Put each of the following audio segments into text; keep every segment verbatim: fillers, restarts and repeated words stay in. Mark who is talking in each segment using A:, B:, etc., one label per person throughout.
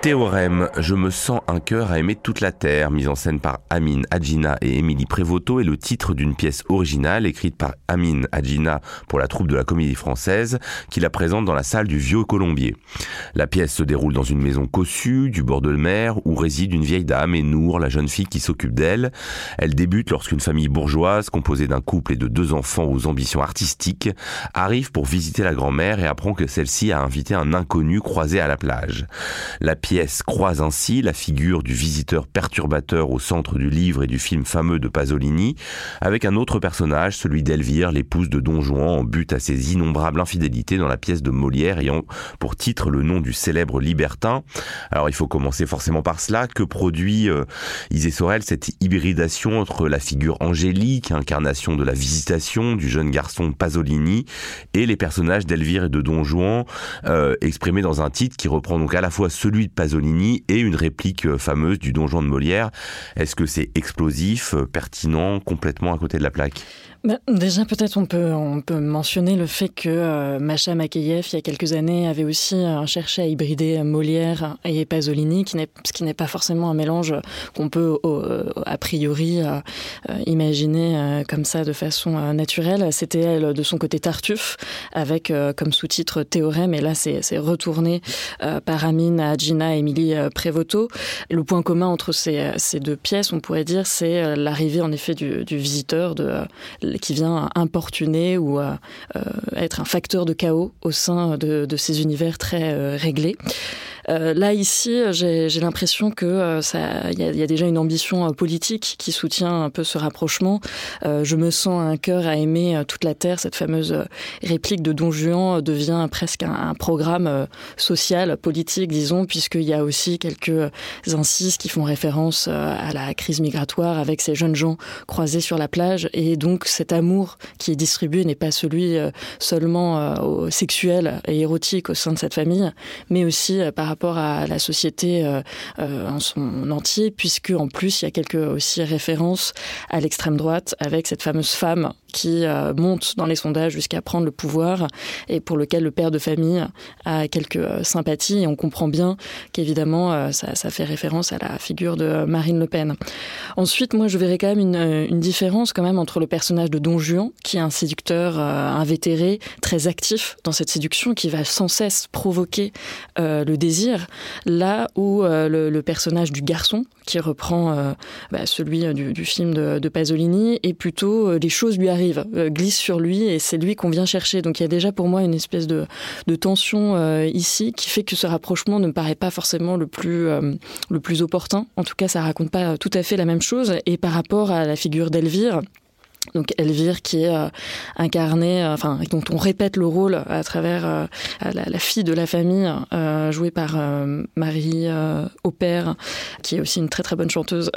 A: Théorème, je me sens un cœur à aimer toute la terre, mise en scène par Amine Adjina et Émilie Prévoto, est le titre d'une pièce originale écrite par Amine Adjina pour la troupe de la Comédie Française, qui la présente dans la salle du Vieux Colombier. La pièce se déroule dans une maison cossue, du bord de mer, où réside une vieille dame et Nour, la jeune fille qui s'occupe d'elle. Elle débute lorsqu'une famille bourgeoise, composée d'un couple et de deux enfants aux ambitions artistiques, arrive pour visiter la grand-mère et apprend que celle-ci a invité un inconnu croisé à la plage. La pièce croise ainsi la figure du visiteur perturbateur au centre du livre et du film fameux de Pasolini, avec un autre personnage, celui d'Elvire, l'épouse de Don Juan, en butte à ses innombrables infidélités dans la pièce de Molière ayant pour titre le nom du célèbre libertin. Alors il faut commencer forcément par cela. Que produit euh, Isée Sorel, cette hybridation entre la figure angélique, incarnation de la visitation du jeune garçon Pasolini, et les personnages d'Elvire et de Don Juan, euh, exprimés dans un titre qui reprend donc à la fois celui de Pasolini et une réplique fameuse du Don Juan de Molière. Est-ce que c'est explosif, pertinent, complètement à côté de la plaque ?
B: Bah, déjà, peut-être on peut, on peut mentionner le fait que euh, Masha Makeyev, il y a quelques années, avait aussi euh, cherché à hybrider Molière et Pasolini, qui n'est, ce qui n'est pas forcément un mélange qu'on peut euh, a priori euh, euh, imaginer euh, comme ça de façon euh, naturelle. C'était elle, de son côté, Tartuffe, avec euh, comme sous-titre Théorème, et là c'est, c'est retourné euh, par Amine Adjina et Émilie euh, Prévoto. Le point commun entre ces, ces deux pièces, on pourrait dire, c'est euh, l'arrivée en effet du, du visiteur, de euh, qui vient importuner ou euh, être un facteur de chaos au sein de, de ces univers très euh, réglés. Euh, là, ici, j'ai, j'ai l'impression que euh, ça, y a, y a déjà une ambition euh, politique qui soutient un peu ce rapprochement. Euh, je me sens un cœur à aimer euh, toute la terre. Cette fameuse euh, réplique de Don Juan euh, devient presque un, un programme euh, social, politique, disons, puisqu'il y a aussi quelques incises qui font référence euh, à la crise migratoire avec ces jeunes gens croisés sur la plage. Et donc, cet amour qui est distribué n'est pas celui euh, seulement euh, sexuel et érotique au sein de cette famille, mais aussi euh, par rapport à la société euh, euh, en son entier, puisque en plus il y a quelques aussi références à l'extrême droite avec cette fameuse femme qui euh, monte dans les sondages jusqu'à prendre le pouvoir et pour lequel le père de famille a quelques euh, sympathies, et on comprend bien qu'évidemment euh, ça, ça fait référence à la figure de Marine Le Pen. Ensuite, moi je verrais quand même une, une différence quand même entre le personnage de Don Juan, qui est un séducteur euh, invétéré, très actif dans cette séduction, qui va sans cesse provoquer euh, le désir, là où euh, le, le personnage du garçon, qui reprend euh, bah, celui du, du film de, de Pasolini, et plutôt euh, les choses lui arrivent, euh, glissent sur lui, et c'est lui qu'on vient chercher. Donc il y a déjà pour moi une espèce de, de tension euh, ici, qui fait que ce rapprochement ne me paraît pas forcément le plus, euh, le plus opportun. En tout cas, ça raconte pas tout à fait la même chose. Et par rapport à la figure d'Elvire, donc Elvire qui est euh, incarnée, euh, enfin dont on répète le rôle à travers euh, la, la fille de la famille, euh, jouée par euh, Marie euh, Aupert, qui est aussi une très très bonne chanteuse.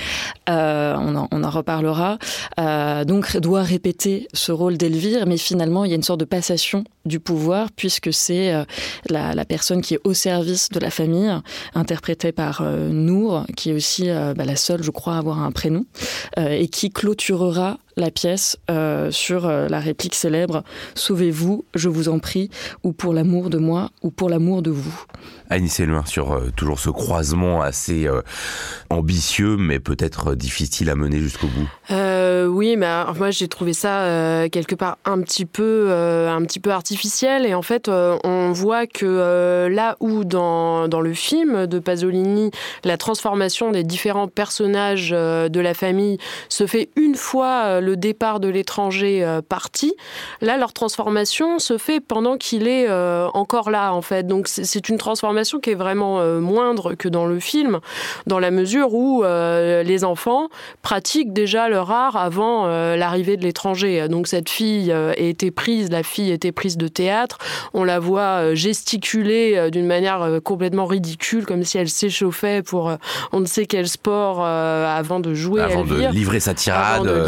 B: euh, on, en, on en reparlera. Euh, donc doit répéter ce rôle d'Elvire, mais finalement il y a une sorte de passation du pouvoir, puisque c'est euh, la, la personne qui est au service de la famille, interprétée par euh, Nour, qui est aussi euh, bah, la seule, je crois, à avoir un prénom, euh, et qui clôturera la pièce euh, sur euh, la réplique célèbre « Sauvez-vous, je vous en prie, ou pour l'amour de moi, ou pour l'amour de vous ».
A: Agnès Eluin, sur euh, toujours ce croisement assez euh, ambitieux, mais peut-être difficile à mener jusqu'au bout.
C: Euh, oui, mais alors, moi j'ai trouvé ça euh, quelque part un petit peu, euh, un petit peu artificiel. Et en fait, euh, on voit que euh, là où dans, dans le film de Pasolini, la transformation des différents personnages euh, de la famille se fait une fois euh, le départ de l'étranger euh, parti, là leur transformation se fait pendant qu'il est euh, encore là en fait. Donc c'est, c'est une transformation qui est vraiment euh, moindre que dans le film, dans la mesure où euh, les enfants pratiquent déjà leur art avant euh, l'arrivée de l'étranger. Donc cette fille euh, était prise, la fille était prise de théâtre, on la voit euh, gesticuler euh, d'une manière euh, complètement ridicule, comme si elle s'échauffait pour euh, on ne sait quel sport euh, avant de jouer.
A: Avant
C: Elvire.
A: de livrer sa tirade,
C: avant de livrer
A: c'est
C: sa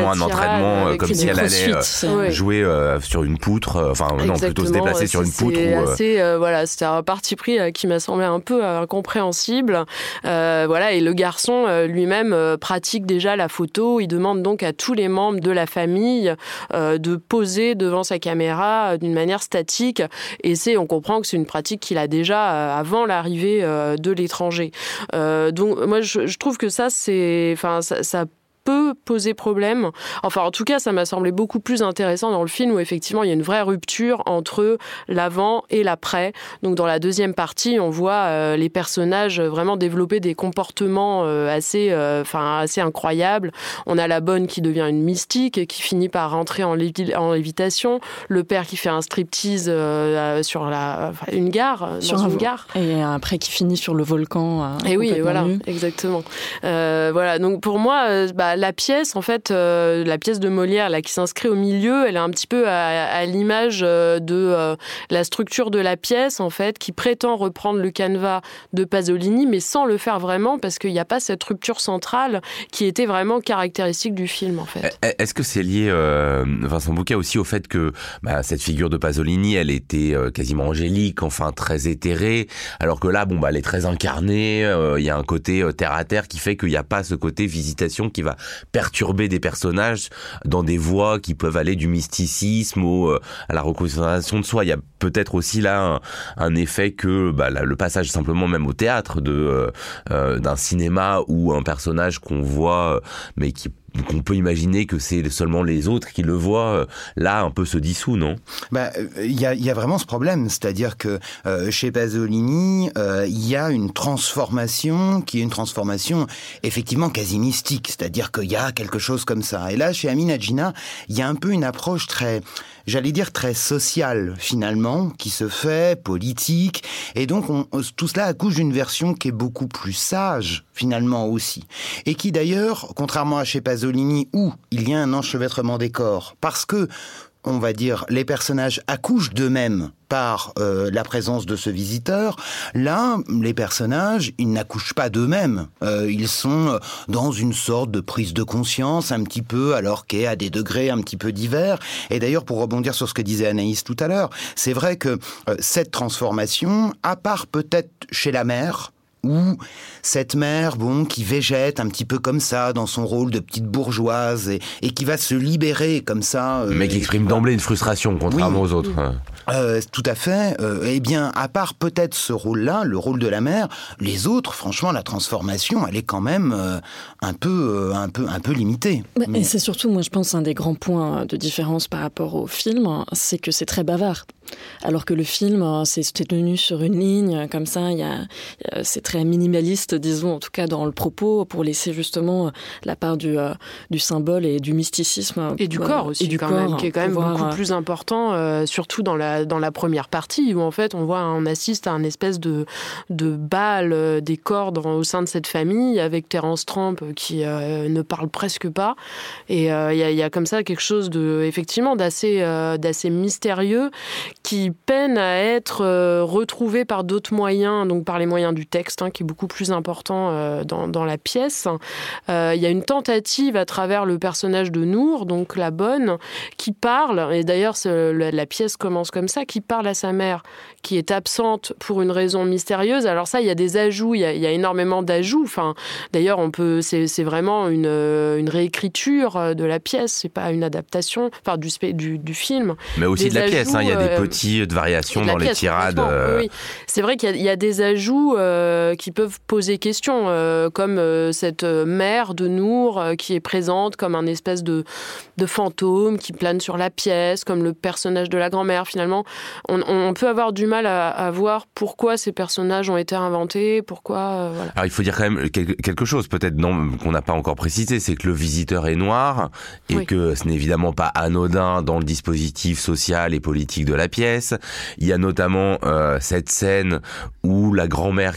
A: vraiment un entraînement euh, comme si elle allait euh, jouer euh, sur une poutre, euh, enfin non, plutôt se déplacer sur une poutre.
C: C'est
A: ou, euh...
C: assez, euh, voilà, c'était un parti pris euh, qui m'a semblé un peu euh, incompréhensible. Euh, voilà, et le garçon euh, lui-même euh, pratique déjà la photo. Il demande donc à tous les membres de la famille euh, de poser devant sa caméra euh, d'une manière statique. Et c'est, on comprend que c'est une pratique qu'il a déjà euh, avant l'arrivée euh, de l'étranger. Euh, donc moi, je, je trouve que ça, c'est, enfin, ça, ça peut poser problème. Enfin, en tout cas, ça m'a semblé beaucoup plus intéressant dans le film où effectivement il y a une vraie rupture entre l'avant et l'après. Donc dans la deuxième partie, on voit euh, les personnages vraiment développer des comportements euh, assez, euh, enfin assez incroyables. On a la bonne qui devient une mystique, qui finit par rentrer en, lévi- en lévitation. Le père qui fait un striptease euh, sur la, enfin, une gare,
B: sur
C: dans
B: un
C: une
B: vo-
C: gare.
B: Et après qui finit sur le volcan. Euh,
C: et oui, voilà,
B: nu.
C: exactement. Euh, voilà. Donc pour moi, euh, bah, la pièce, en fait, euh, la pièce de Molière là, qui s'inscrit au milieu, elle est un petit peu à, à l'image euh, de euh, la structure de la pièce, en fait, qui prétend reprendre le canevas de Pasolini, mais sans le faire vraiment, parce qu'il n'y a pas cette rupture centrale qui était vraiment caractéristique du film, en fait.
A: Est-ce que c'est lié, euh, Vincent Bouquet, aussi au fait que bah, cette figure de Pasolini, elle était euh, quasiment angélique, enfin très éthérée, alors que là, bon, bah, elle est très incarnée, il euh, y a un côté euh, terre à terre qui fait qu'il n'y a pas ce côté visitation qui va perturber des personnages dans des voies qui peuvent aller du mysticisme au, euh, à la reconnaissance de soi. Il y a peut-être aussi là un, un effet que bah, là, le passage simplement même au théâtre de euh, euh, d'un cinéma où un personnage qu'on voit euh, mais qui qu'on peut imaginer que c'est seulement les autres qui le voient, là, un peu se dissout, non ?
D: Bah, il y a, il y a vraiment ce problème, c'est-à-dire que euh, chez Pasolini, euh, il y a une transformation qui est une transformation effectivement quasi mystique, c'est-à-dire qu'il y a quelque chose comme ça. Et là, chez Amin Hadjina, il y a un peu une approche très, j'allais dire très sociale finalement, qui se fait, politique, et donc on, tout cela accouche d'une version qui est beaucoup plus sage finalement aussi, et qui d'ailleurs, contrairement à chez Pasolini, où il y a un enchevêtrement des corps, parce que, on va dire, les personnages accouchent d'eux-mêmes par euh, la présence de ce visiteur. Là, les personnages, ils n'accouchent pas d'eux-mêmes. Euh, ils sont dans une sorte de prise de conscience, un petit peu, alors qu'est à des degrés un petit peu divers. Et d'ailleurs, pour rebondir sur ce que disait Anaïs tout à l'heure, c'est vrai que euh, cette transformation, à part peut-être chez la mère, ou cette mère, bon, qui végète un petit peu comme ça dans son rôle de petite bourgeoise et, et qui va se libérer comme ça. Euh,
A: Mais qui exprime d'emblée une frustration, contrairement
D: oui.
A: aux autres.
D: Euh, tout à fait. Euh, eh bien, à part peut-être ce rôle-là, le rôle de la mère, les autres, franchement, la transformation, elle est quand même euh, un peu, euh, un peu, un peu limitée.
B: Bah,
D: Mais...
B: Et c'est surtout, moi, je pense, un des grands points de différence par rapport au film, c'est que c'est très bavard. Alors que le film, c'est tenu sur une ligne, comme ça, il y a, c'est très minimaliste, disons, en tout cas dans le propos, pour laisser justement la part du, euh, du symbole et du mysticisme.
C: Et du
B: euh,
C: corps aussi,
B: et du
C: quand
B: corps,
C: même, qui est quand même
B: pouvoir,
C: beaucoup plus important, euh, surtout dans la, dans la première partie, où en fait on voit, on assiste à un espèce de, de bal euh, des corps dans, au sein de cette famille, avec Terence Trump qui euh, ne parle presque pas. Et il euh, y, y a comme ça quelque chose de, effectivement d'assez, euh, d'assez mystérieux, qui peine à être euh, retrouvé par d'autres moyens, donc par les moyens du texte, hein, qui est beaucoup plus important euh, dans, dans la pièce. Il euh, y a une tentative à travers le personnage de Nour, donc la bonne, qui parle, et d'ailleurs la, la pièce commence comme ça, qui parle à sa mère, qui est absente pour une raison mystérieuse. Alors ça, il y a des ajouts, il y, y a énormément d'ajouts. Enfin, d'ailleurs, on peut, c'est, c'est vraiment une, une réécriture de la pièce, c'est pas une adaptation, enfin du, du, du film.
A: Mais aussi
C: des
A: de la
C: ajouts,
A: pièce, hein, il y a des
C: euh,
A: petites variations dans
C: pièce,
A: les tirades. Euh...
C: Oui, c'est vrai qu'il y a, il y a des ajouts euh, qui peuvent poser question, euh, comme euh, cette mère de Nour euh, qui est présente comme un espèce de, de fantôme qui plane sur la pièce, comme le personnage de la grand-mère. Finalement, on, on peut avoir du mal à, à voir pourquoi ces personnages ont été inventés, pourquoi... Euh, voilà.
A: Alors il faut dire quand même quelque chose, peut-être non, qu'on n'a pas encore précisé, c'est que le visiteur est noir et oui. que ce n'est évidemment pas anodin dans le dispositif social et politique de la pièce. Il y a notamment euh, cette scène où la grand-mère qui était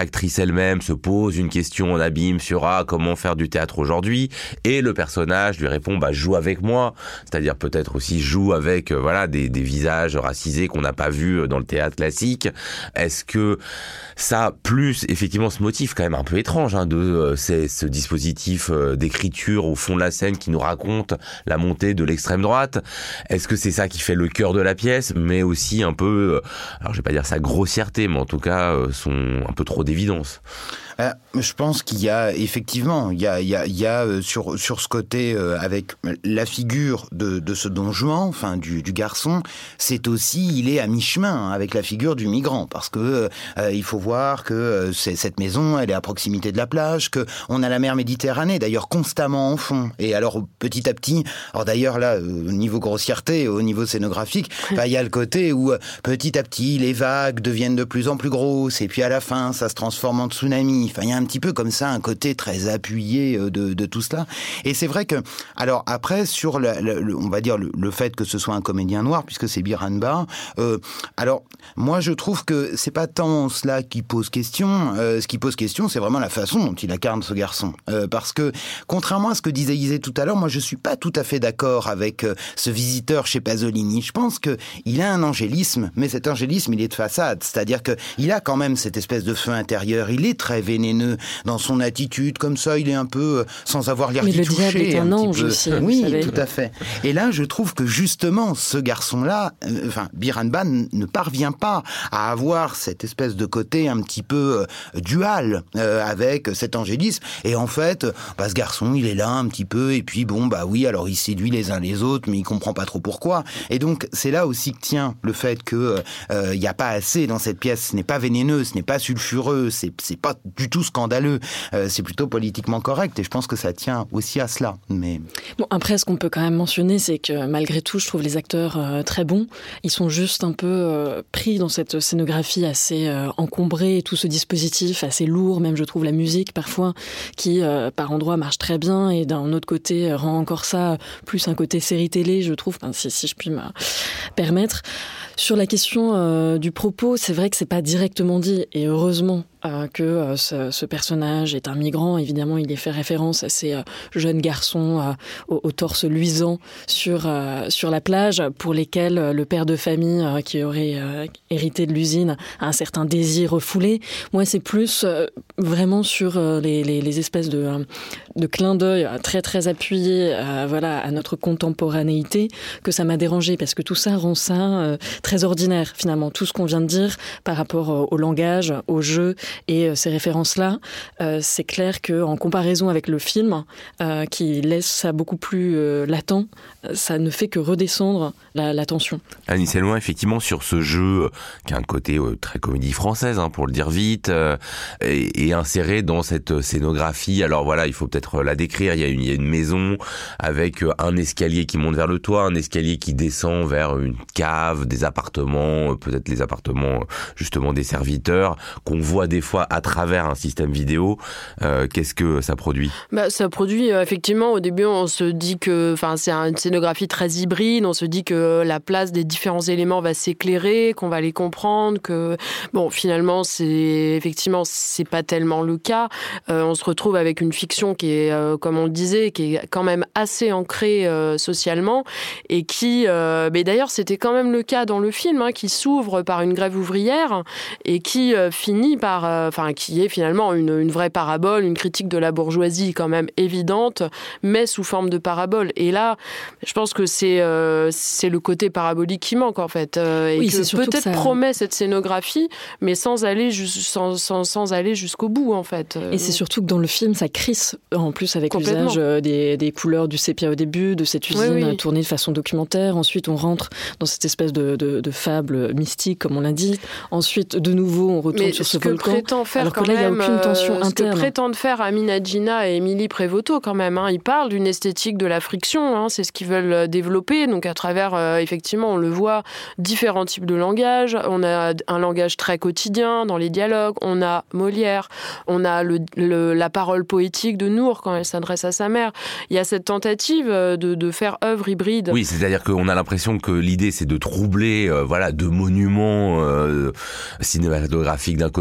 A: l'actrice elle-même se pose une question en abîme sur ah, comment faire du théâtre aujourd'hui, et le personnage lui répond bah joue avec moi, c'est-à-dire peut-être aussi joue avec euh, voilà des, des visages racisés qu'on n'a pas vus dans le théâtre classique. Est-ce que ça, plus effectivement ce motif quand même un peu étrange hein, de euh, c'est ce dispositif euh, d'écriture au fond de la scène qui nous raconte la montée de l'extrême droite, est-ce que c'est ça qui fait le cœur de la pièce, mais aussi un peu, euh, alors je vais pas dire sa grossièreté, mais en tout cas euh, son un peu trop d'évidence?
D: Euh, je pense qu'il y a effectivement, il y a, il y a, il y a euh, sur sur ce côté euh, avec la figure de, de ce Don Juan, enfin du, du garçon, c'est aussi il est à mi-chemin avec la figure du migrant, parce que euh, il faut voir que euh, c'est, cette maison, elle est à proximité de la plage, que on a la mer Méditerranée d'ailleurs constamment en fond, et alors petit à petit, alors d'ailleurs là euh, au niveau grossièreté, au niveau scénographique, bah, il y a le côté où euh, petit à petit les vagues deviennent de plus en plus grosses, et puis à la fin ça se transforme en tsunami. Enfin, il y a un petit peu comme ça un côté très appuyé de, de tout cela. Et c'est vrai que, alors après, sur le, le, on va dire le, le fait que ce soit un comédien noir, puisque c'est Biran Bah, euh, alors moi je trouve que c'est pas tant cela qui pose question. Euh, ce qui pose question, c'est vraiment la façon dont il incarne ce garçon. Euh, parce que, contrairement à ce que disait Isée tout à l'heure, moi je suis pas tout à fait d'accord avec euh, ce visiteur chez Pasolini. Je pense que il a un angélisme, mais cet angélisme, il est de façade. C'est-à-dire que il a quand même cette espèce de feu intérieur. Il est très vénéneux dans son attitude, comme ça, il est un peu euh, sans avoir l'air d'y toucher.
B: Mais le diable est un, un ange aussi.
D: Oui, tout à fait. Et là, je trouve que justement, ce garçon-là, euh, enfin, Biran Bah ne parvient pas à avoir cette espèce de côté un petit peu euh, dual euh, avec cet angélisme. Et en fait, bah, ce garçon, il est là un petit peu, et puis bon, bah oui, alors il séduit les uns les autres, mais il comprend pas trop pourquoi. Et donc, c'est là aussi que tient le fait que il euh, y a pas assez dans cette pièce. Ce n'est pas vénéneux, ce n'est pas sulfureux, c'est c'est pas du tout scandaleux. Euh, c'est plutôt politiquement correct, et je pense que ça tient aussi à cela. Mais
B: bon, après, ce qu'on peut quand même mentionner, c'est que malgré tout, je trouve les acteurs euh, très bons. Ils sont juste un peu euh, pris dans cette scénographie assez euh, encombrée, tout ce dispositif assez lourd, même je trouve la musique parfois qui euh, par endroits marche très bien, et d'un autre côté rend encore ça plus un côté série télé, je trouve, enfin, si, si je puis me permettre. Sur la question euh, du propos, c'est vrai que c'est pas directement dit, et heureusement euh, que euh, ce, ce personnage est un migrant. Évidemment, il y fait référence à ces euh, jeunes garçons euh, au, au torse luisant sur euh, sur la plage, pour lesquels euh, le père de famille euh, qui aurait euh, hérité de l'usine a un certain désir refoulé. Moi, c'est plus euh, vraiment sur euh, les, les, les espèces de, euh, de clins d'œil très très appuyés euh, voilà, à notre contemporanéité que ça m'a dérangé, parce que tout ça rend ça euh, très ordinaire, finalement. Tout ce qu'on vient de dire par rapport euh, au langage, au jeu et euh, ces références-là, euh, c'est clair qu'en comparaison avec le film, euh, qui laisse ça beaucoup plus euh, latent, ça ne fait que redescendre la, la tension.
A: Annie Selloin, effectivement, sur ce jeu euh, qui a un côté euh, très comédie française, hein, pour le dire vite, euh, et, et inséré dans cette scénographie. Alors voilà, il faut peut-être la décrire. Il y a une, il y a une maison avec euh, un escalier qui monte vers le toit, un escalier qui descend vers une cave, des appartements, euh, peut-être les appartements euh, justement des serviteurs, qu'on voit des fois à travers un système vidéo. Euh, qu'est-ce que ça produit ?
C: Bah, ça produit, euh, effectivement, au début, on se dit que c'est une scénographie très hybride, on se dit que la place des différents éléments va s'éclairer, qu'on va les comprendre, que, bon, finalement, c'est, effectivement, c'est pas tellement le cas. Euh, on se retrouve avec une fiction qui est, euh, comme on le disait, qui est quand même assez ancrée euh, socialement, et qui, euh, mais d'ailleurs, c'était quand même le cas dans le film, hein, qui s'ouvre par une grève ouvrière, et qui euh, finit par, enfin, euh, qui est finalement une, une vraie parabole, une critique de la bourgeoisie quand même évidente, mais sous forme de parabole. Et là, je pense que c'est euh, c'est le côté parabolique qui manque en fait, euh, et oui, que peut-être que ça... promet cette scénographie, mais sans aller sans, sans, sans aller jusqu'au bout en fait.
B: Et c'est surtout que dans le film, ça crisse en plus avec l'usage des, des couleurs du sépia au début, de cette usine oui, oui. tournée de façon documentaire. Ensuite, on rentre dans cette espèce de, de, de fable mystique, comme on l'a dit. Ensuite, de nouveau, on retourne mais sur ce volcan.
C: Faire
B: alors que là, il n'y a aucune tension
C: euh,
B: interne.
C: Ce que prétendent faire Amin Adjina et Émilie Prévoto, quand même. Hein. Ils parlent d'une esthétique de la friction. Hein. C'est ce qu'ils veulent développer. Donc, à travers, euh, effectivement, on le voit, différents types de langage. On a un langage très quotidien dans les dialogues. On a Molière. On a le, le, la parole poétique de Nour quand elle s'adresse à sa mère. Il y a cette tentative de, de faire œuvre hybride.
A: Oui, c'est-à-dire qu'on a l'impression que l'idée, c'est de troubler, euh, voilà, de monuments euh, cinématographiques d'un côté, euh,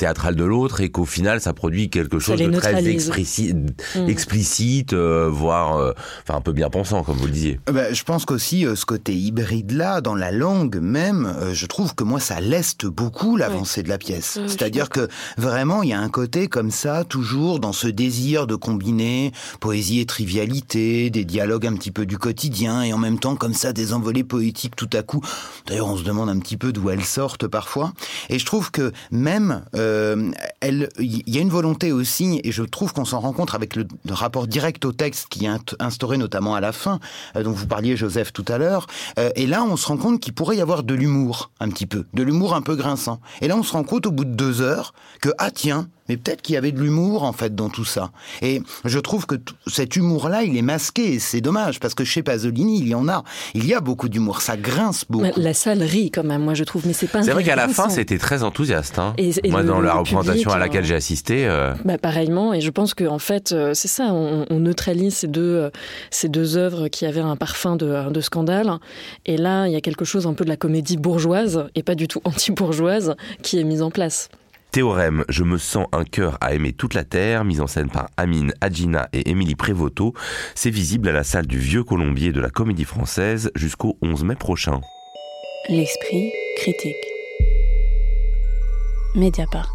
A: théâtrale de l'autre et qu'au final ça produit quelque chose de très explicite, mmh. explicite euh, voire euh, enfin un peu bien pensant comme vous le disiez.
D: Ben, je pense qu'aussi euh, ce côté hybride là dans la langue même, euh, je trouve que moi ça leste beaucoup l'avancée oui. de la pièce. Oui, C'est-à-dire que vraiment il y a un côté comme ça toujours dans ce désir de combiner poésie et trivialité, des dialogues un petit peu du quotidien et en même temps comme ça des envolées poétiques tout à coup. D'ailleurs on se demande un petit peu d'où elles sortent parfois. Et je trouve que même euh, elle, il y a une volonté aussi, et je trouve qu'on s'en rend compte avec le, le rapport direct au texte qui est instauré notamment à la fin, euh, dont vous parliez Joseph tout à l'heure. Euh, et là on se rend compte qu'il pourrait y avoir de l'humour un petit peu, de l'humour un peu grinçant. Et là on se rend compte au bout de deux heures que ah tiens, mais peut-être qu'il y avait de l'humour en fait dans tout ça. Et je trouve que t- cet humour-là, il est masqué, et c'est dommage parce que chez Pasolini, il y en a, il y a beaucoup d'humour, ça grince beaucoup.
B: La salle rit quand même, moi je trouve, mais c'est pas.
A: C'est vrai qu'à la fin, c'était très enthousiaste. Hein. Et, et moi, le, dans la représentation public, à laquelle j'ai assisté. Euh...
B: Bah pareillement, et je pense que en fait, c'est ça, on, on neutralise ces deux ces deux œuvres qui avaient un parfum de, de scandale. Et là, il y a quelque chose un peu de la comédie bourgeoise et pas du tout anti-bourgeoise qui est mise en place.
A: Théorème, je me sens un cœur à aimer toute la terre, mise en scène par Amine Adjina et Émilie Prévoto. C'est visible à la salle du Vieux Colombier de la Comédie Française jusqu'au onze mai prochain.
E: L'esprit critique. Mediapart.